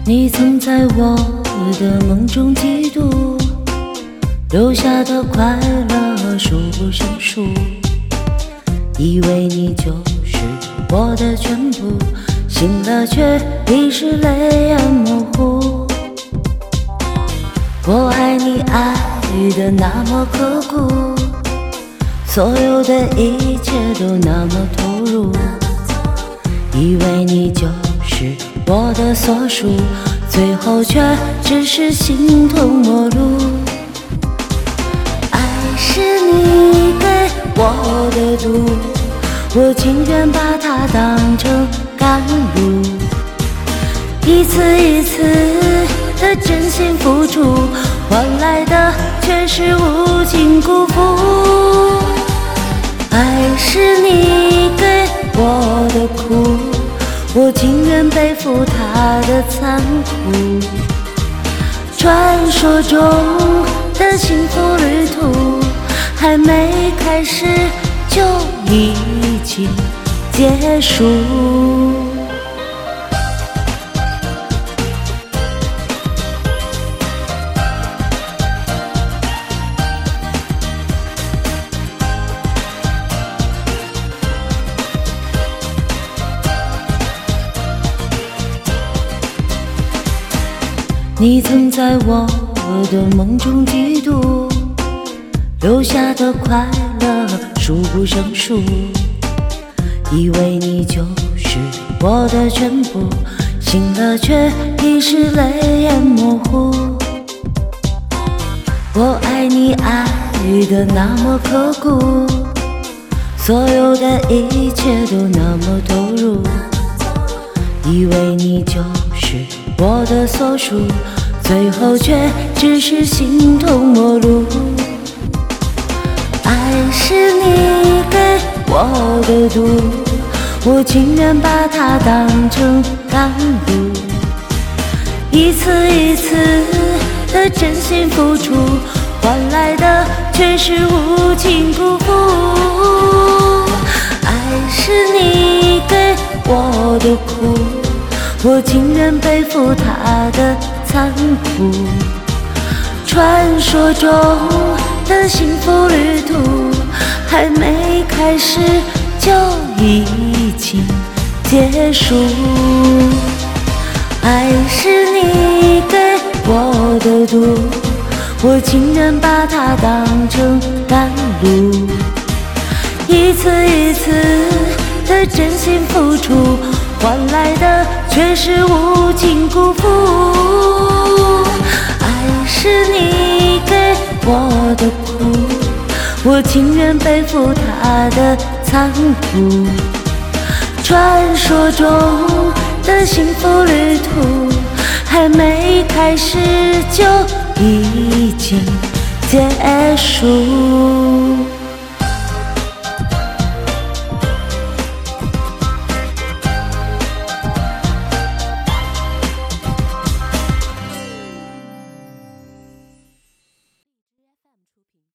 你曾在我的梦中嫉妒，留下的快乐数不胜数，以为你就是我的全部，醒了却已是泪眼模糊。我爱你爱的那么刻骨，所有的一切都那么投入，以为你就是我的所属，最后却只是形同陌路。爱是你给我的毒，我情愿把它当成甘露，一次一次的真心付出，换来的却是无情辜负。爱是你给我的苦，我情愿背负它的残酷。传说中的幸福旅途，还没开始就已经结束。你曾在我的梦中嫉妒，留下的快乐数不胜数，以为你就是我的全部，醒了却已是泪眼模糊。我爱你爱的那么刻骨，所有的一切都那么投入，以为你就是我的所属，最后却只是形同陌路。爱是你给我的毒，我情愿把它当成甘露，一次一次的真心付出，换来的却是无情辜负。爱是你给我的苦，我情愿背负它的残酷。传说中的幸福旅途，还没开始就已经结束。爱是你给我的毒，我情愿把它当成甘露，一次一次的真心付出，换来的却是无情辜负。爱是你给我的苦，我情愿背负它的残酷。传说中的幸福旅途，还没开始就已经结束。